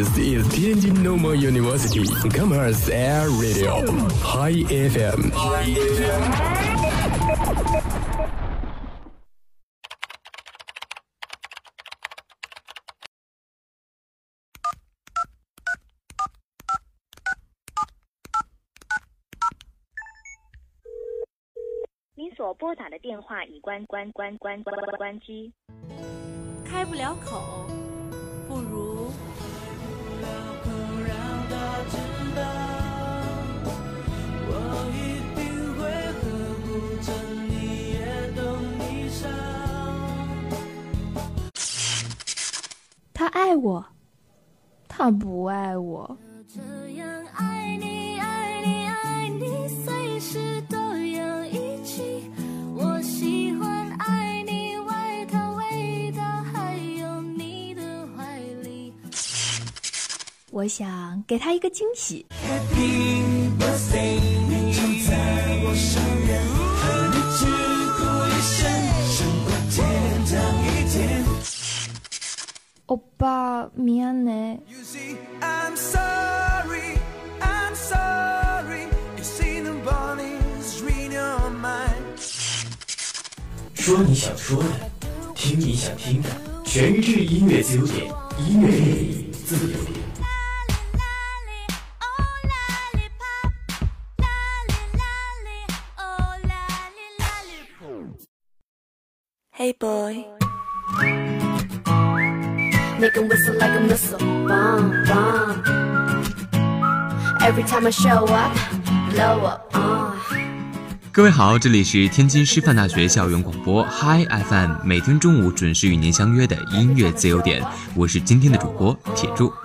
This is Tianjin Normal University Commerce Air Radio High FM。 您所拨打的电话已关机。 开不了口，不如我一定会呵护着你，也懂你伤。 他爱我，他不爱我。 这样爱你，爱你，爱你，随时都要一起。我喜欢爱你，外套味道，还有你的怀里。 我想给他一个惊喜。 Happy birthday， 你就在我身边，和你只过一生，胜过天堂一天。 欧巴，미안해。 You see, I'm sorry, I'm sorry. You see the bodies read your mind. 说你想说的，听你想听的，全日音乐自由点，音乐给你自由点。 Hey boy, make 'em whistle like a missile, bomb, bomb. Every time I show up, blow up, on. 各位好，这里是天津师范大学校园广播 Hi FM， 每天中午准时与您相约的音乐自由点，我是今天的主播铁柱。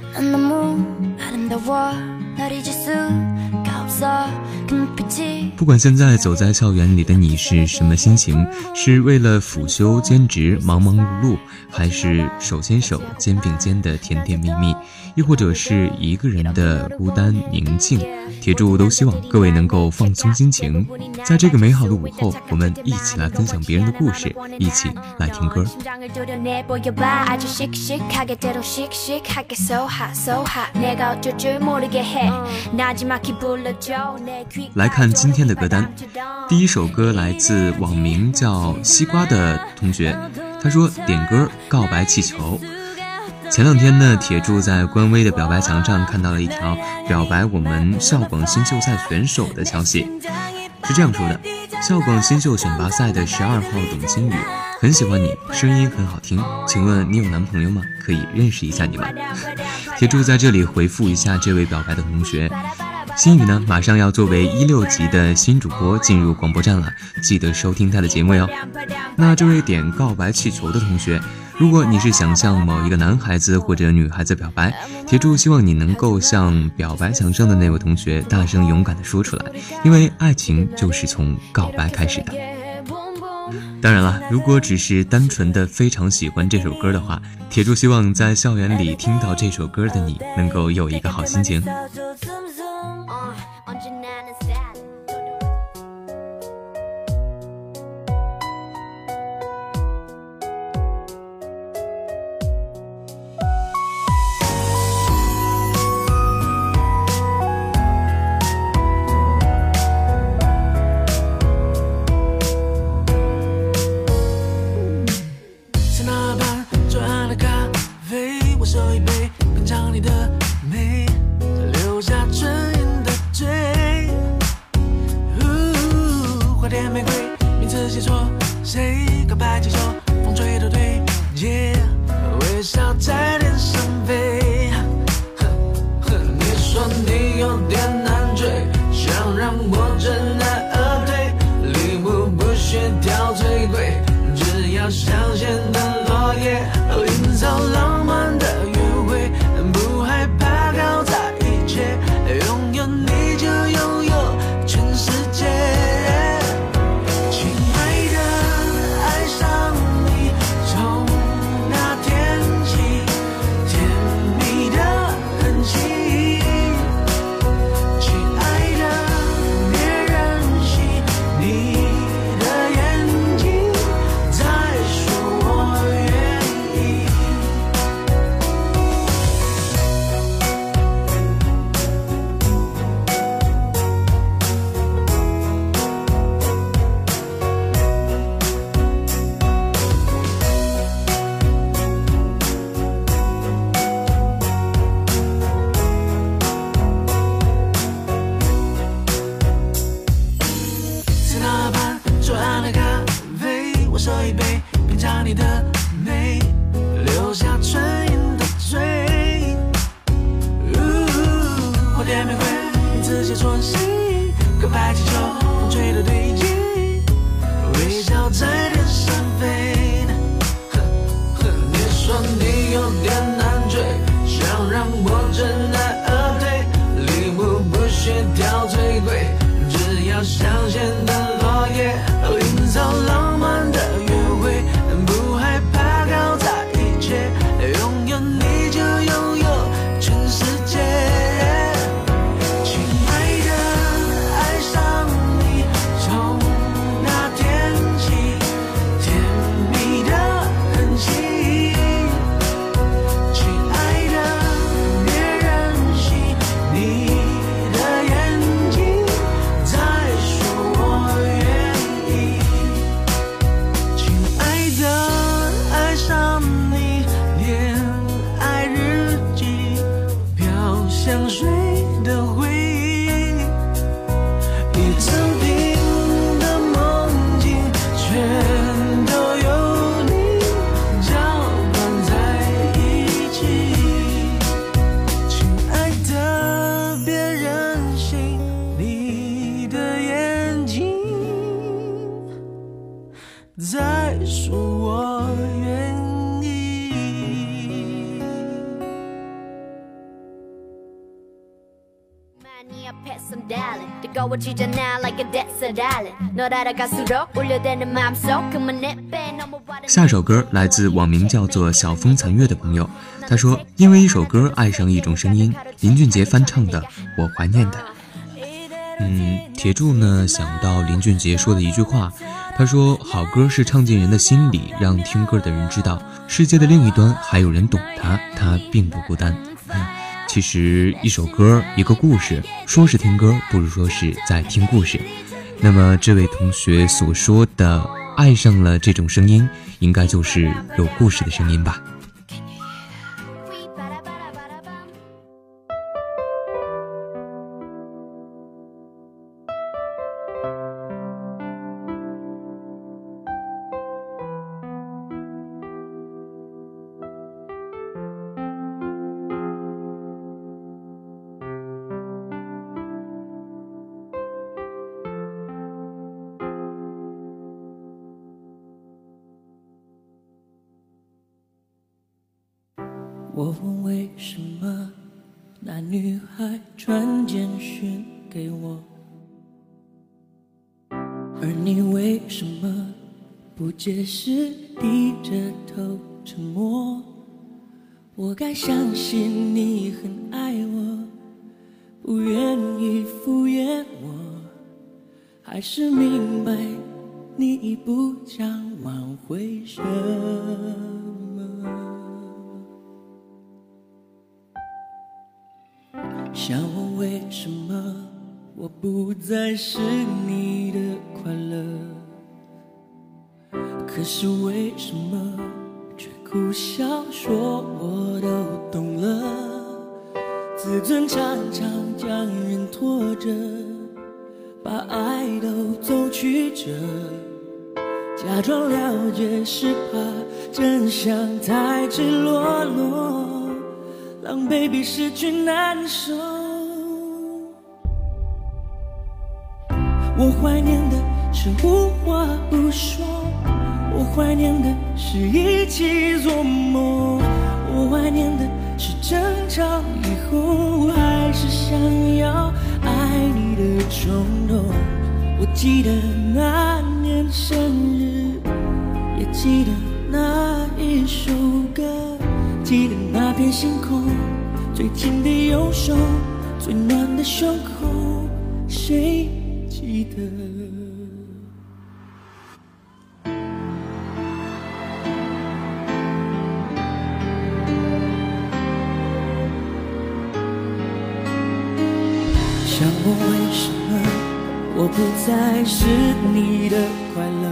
不管现在走在校园里的你是什么心情，是为了辅修兼职忙忙碌碌，还是手牵手肩并肩的甜甜蜜蜜，亦或者是一个人的孤单宁静，铁柱都希望各位能够放松心情，在这个美好的午后，我们一起来分享别人的故事，一起来听歌。来看今天的歌单，第一首歌来自网名叫西瓜的同学，他说点歌告白气球。前两天呢，铁柱在官微的表白墙上看到了一条表白我们校广新秀赛选手的消息，是这样说的：校广新秀选拔赛的12号董新宇，很喜欢你，声音很好听，请问你有男朋友吗？可以认识一下你吗？铁柱在这里回复一下这位表白的同学，新宇呢马上要作为16级的新主播进入广播站了，记得收听他的节目哟。那这位点告白气球的同学，如果你是想向某一个男孩子或者女孩子表白，铁柱希望你能够像表白墙上的那位同学大声勇敢地说出来，因为爱情就是从告白开始的。当然了，如果只是单纯的非常喜欢这首歌的话，铁柱希望在校园里听到这首歌的你能够有一个好心情。 下首歌来自网名叫做小风残月的朋友，他说因为一首歌爱上一种声音，林俊杰翻唱的《我怀念的》。铁柱呢想到林俊杰说的一句话，他说好歌是唱进人的心里，让听歌的人知道世界的另一端还有人懂他，他并不孤单。其实一首歌一个故事，说是听歌不如说是在听故事。那么这位同学所说的爱上了这种声音，应该就是有故事的声音吧。 我问为什么那女孩传简讯给我，而你为什么不解释，低着头沉默？我该相信你很爱我，不愿意敷衍我，还是明白你已不想挽回什么？想问为什么我不再是你的快乐，可是为什么却苦笑说我都懂了？自尊常常将人拖着，把爱都走曲折，假装了解是怕真相太赤裸裸，让 baby 失去难受。我怀念的是无话不说，我怀念的是一起做梦，我怀念的是争吵以后还是想要爱你的冲动。我记得那年生日，也记得那一首歌，记得那片星空，最紧的右手，最暖的胸口，谁记得？想问为什么我不再是你的快乐，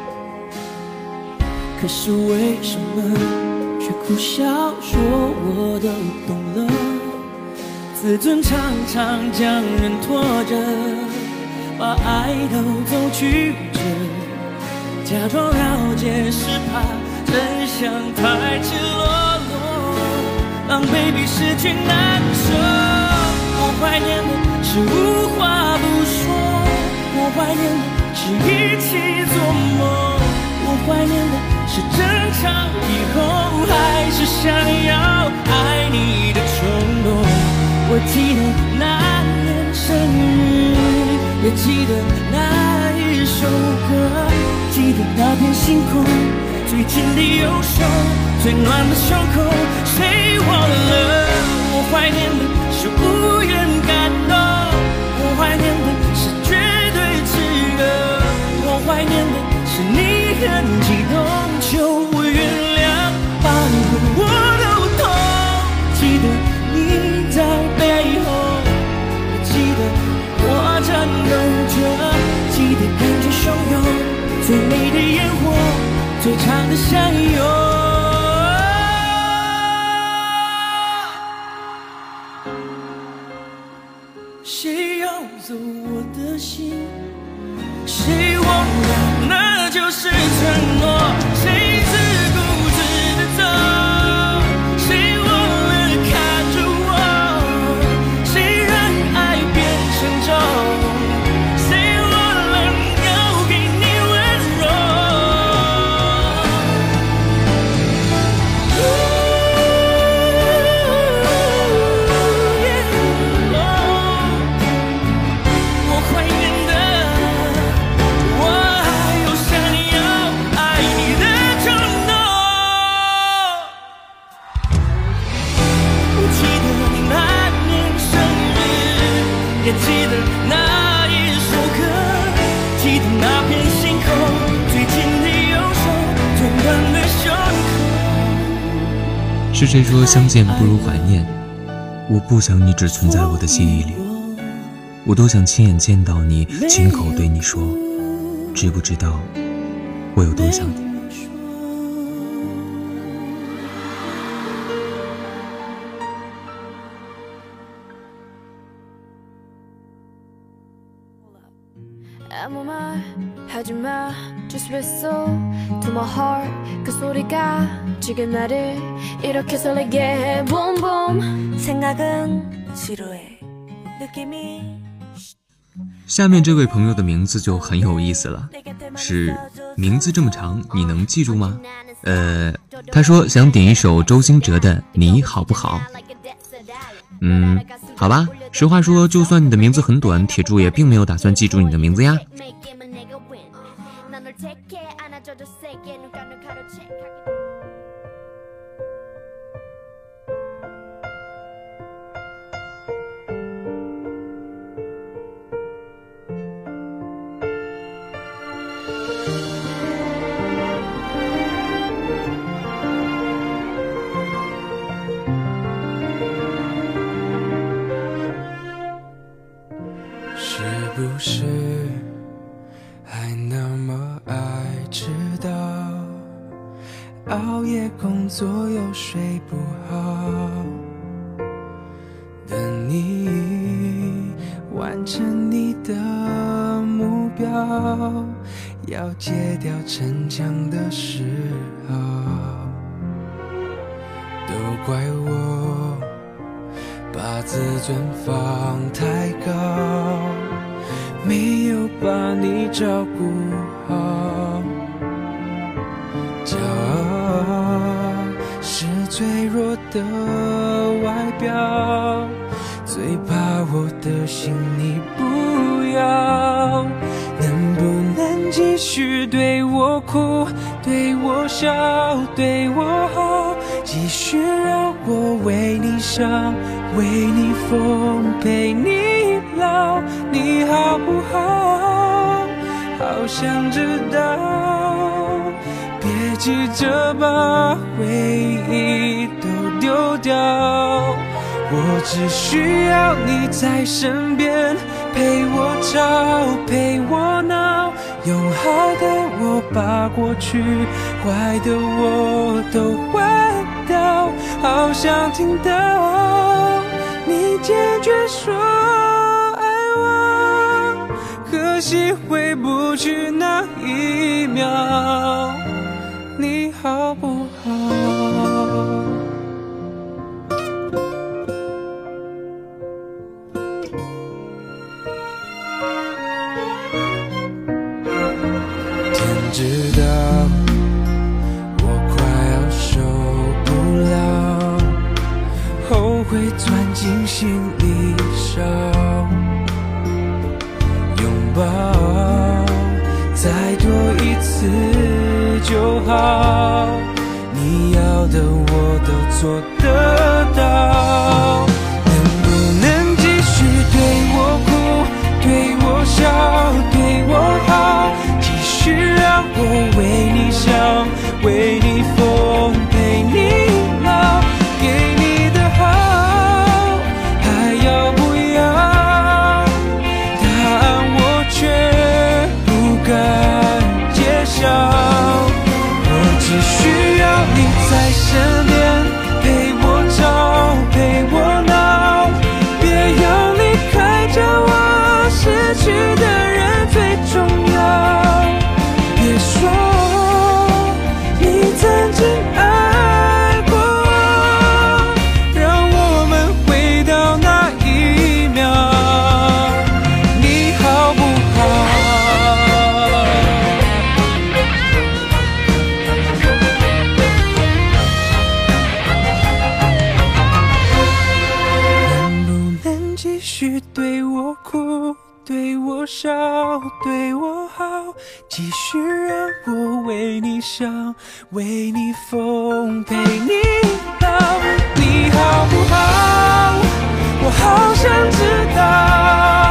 可是为什么却苦笑说我都懂了？自尊常常将人拖着，把爱都走曲折，假装了解是怕真相太赤裸裸，让 baby 失去难受。我怀念的是无话不说，我怀念的是一起做梦，我怀念的是争吵以后还是想要爱你的冲动。我记得那年生日，也记得那一首歌，记得那片星空，最紧的右手，最暖的胸口，谁忘了？我怀念的是无言感动，我怀念的是绝对炽热，我怀念的是你很激动，求我原谅，把我都痛。记得你在背后，记得我颤抖着，记得感觉汹涌，最美的烟火，最长的相拥。谁要走我的心？谁忘了那就是承诺？谁自顾自的走？谁忘了看着我？谁让爱变沉重？谁忘了要给你温柔？ 也记得那一首歌，记得那片星空，最紧的右手，最暖的胸口。 是谁说相见不如怀念？我不想你只存在我的记忆里，我都想亲眼见到你，亲口对你说，知不知道我有多想你？ 하지마 just whistle to my heart 그 소리가 지금 나를 이렇게 설레게 해 boom boom 생각은 지루해 느낌이 下面这位朋友的名字就很有意思了，是名字这么长你能记住吗？他说想点一首周兴哲的你好不好。好吧，实话说，就算你的名字很短，铁柱也并没有打算记住你的名字呀。 是不是还那么爱迟到，熬夜工作又睡不好，等你完成你的目标，要戒掉逞强的嗜好，都怪我把自尊放太高，没有把你照顾好。骄傲是脆弱的外表，最怕我的心你不要。能不能继续对我哭，对我笑，对我好，继续让我为你伤，为你疯，陪你老，你好不好？好想知道，别急着把回忆都丢掉，我只需要你在身边，陪我吵，陪我闹，用好的我把过去，坏的我都换掉，好想听到你坚决说爱我，可惜回不去那一秒，你好不好？知道我快要受不了，后悔钻进心里烧，拥抱再多一次就好，你要的我都做得到。能不能继续对我哭，对我笑，对我好，继续让我为你想，为你疯，陪你老，给你的好还要不要？答案我却不敢揭晓，我只需要你在身边，陪我吵，陪我闹，别要离开这我失去的人最重要。别说你曾经爱过，让我们回到那一秒，你好不好？能不能继续对我哭，对我笑，对我好，继续让我为你想，为你疯，陪你老，你好不好？我好想知道。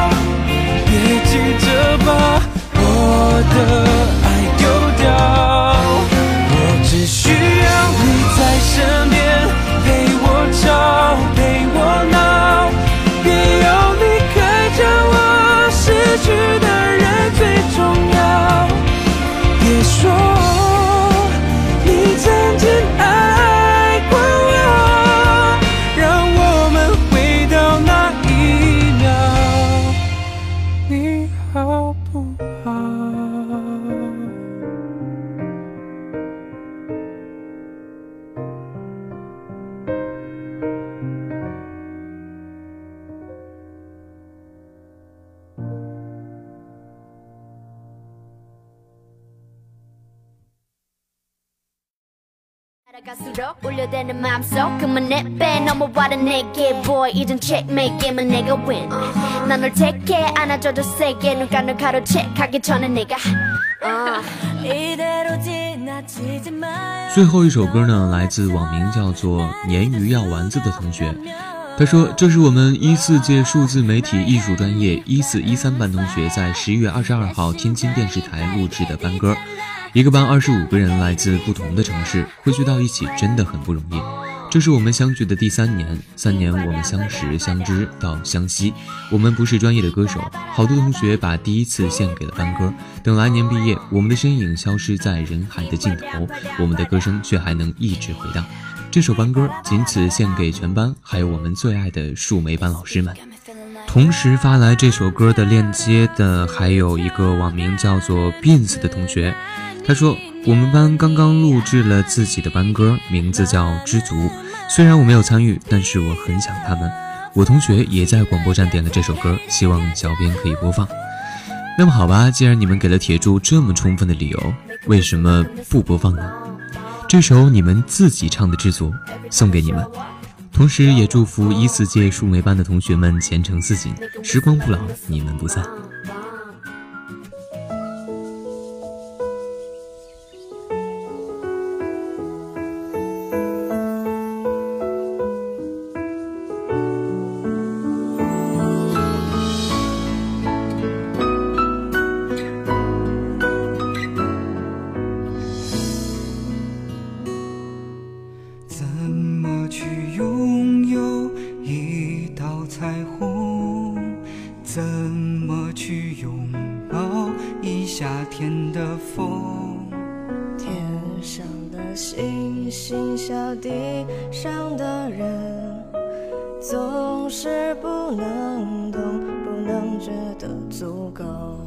위로 울려대는 맘속 그만해 빼 넘어와라 내게 boy 이젠 checkmate 게임은 내가 win 난 널 take 해 안아줘도 세게 눈가를 가로채 가기 전에 내가 이대로 지나치지 마요 最后一首歌呢，来自网名叫做鲶鱼药丸子的同学，他说这是我们14届数字媒体艺术专业1413班同学在11月22号天津电视台录制的班歌，一个班25个人来自不同的城市，汇聚到一起真的很不容易。这是我们相聚的第3年，3年我们相识相知到相惜。我们不是专业的歌手，好多同学把第一次献给了班歌，等来年毕业，我们的身影消失在人海的尽头，我们的歌声却还能一直回荡。这首班歌仅此献给全班，还有我们最爱的树莓班老师们。同时发来这首歌的链接的还有一个网名叫做 Beans 的同学，他说我们班刚刚录制了自己的班歌，名字叫《知足》，虽然我没有参与，但是我很想他们。我同学也在广播站点了这首歌，希望小编可以播放。那么好吧，既然你们给了铁柱这么充分的理由，为什么不播放呢？这首你们自己唱的《知足》送给你们，同时也祝福14届树莓班的同学们前程似锦，时光不老，你们不散。 下地上的人总是不能懂，不能觉得足够。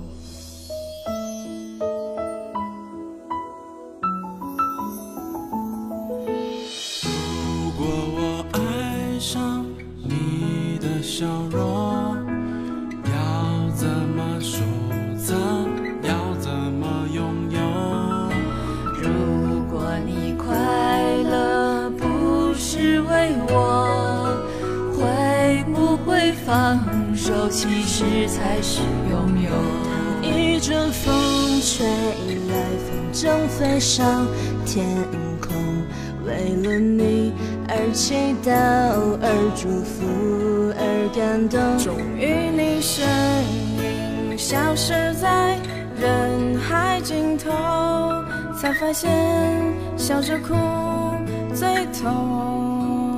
如果我爱上你的笑容，要怎么收藏，要怎么拥有？ 如果你快乐不是为我，会不会放手，其实才是拥有。一阵风吹来，风筝飞上天空，为了你而祈祷，而祝福，而感动。终于你身影消失在人海尽头，才发现笑着哭最痛。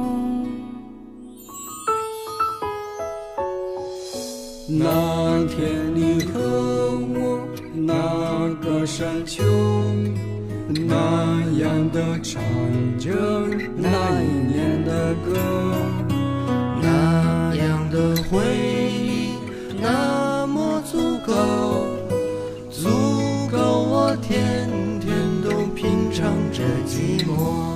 那天你和我那个山丘，那样的唱着那一年的歌，那样的回忆那么足够，足够我天天都品尝着寂寞。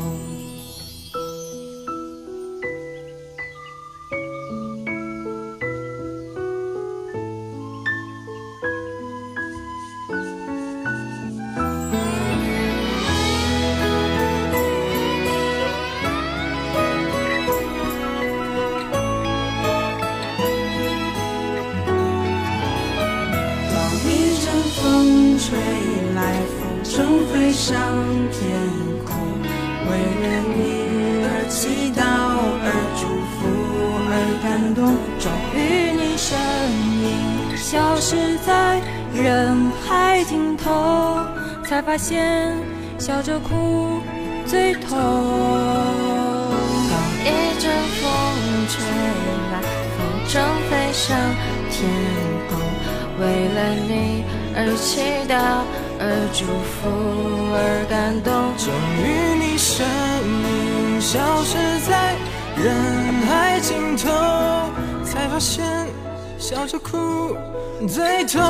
吹来，风筝飞上天空，为了你而祈祷，而祝福，而感动。终于你身影消失在人海尽头，才发现笑着哭最痛。当一阵风吹来，风筝飞上天空，为了你而祈祷，而祝福，而感动。 终于你身影消失在人海尽头，才发现笑着哭最痛。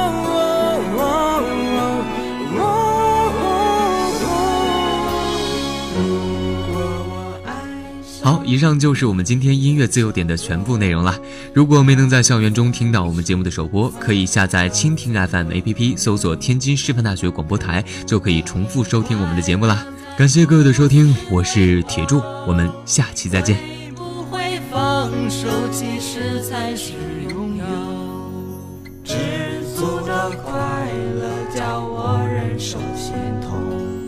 好，以上就是我们今天音乐自由点的全部内容了。如果没能在校园中听到我们节目的首播，可以下载蜻蜓 FM APP， 搜索天津师范大学广播台，就可以重复收听我们的节目啦。 感谢各位的收听，我是铁柱，我们下期再见。 不会放手，其实才是拥有。知足的快乐叫我忍受心痛，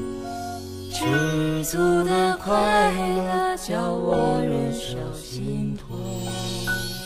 知足的快乐叫我忍受心痛。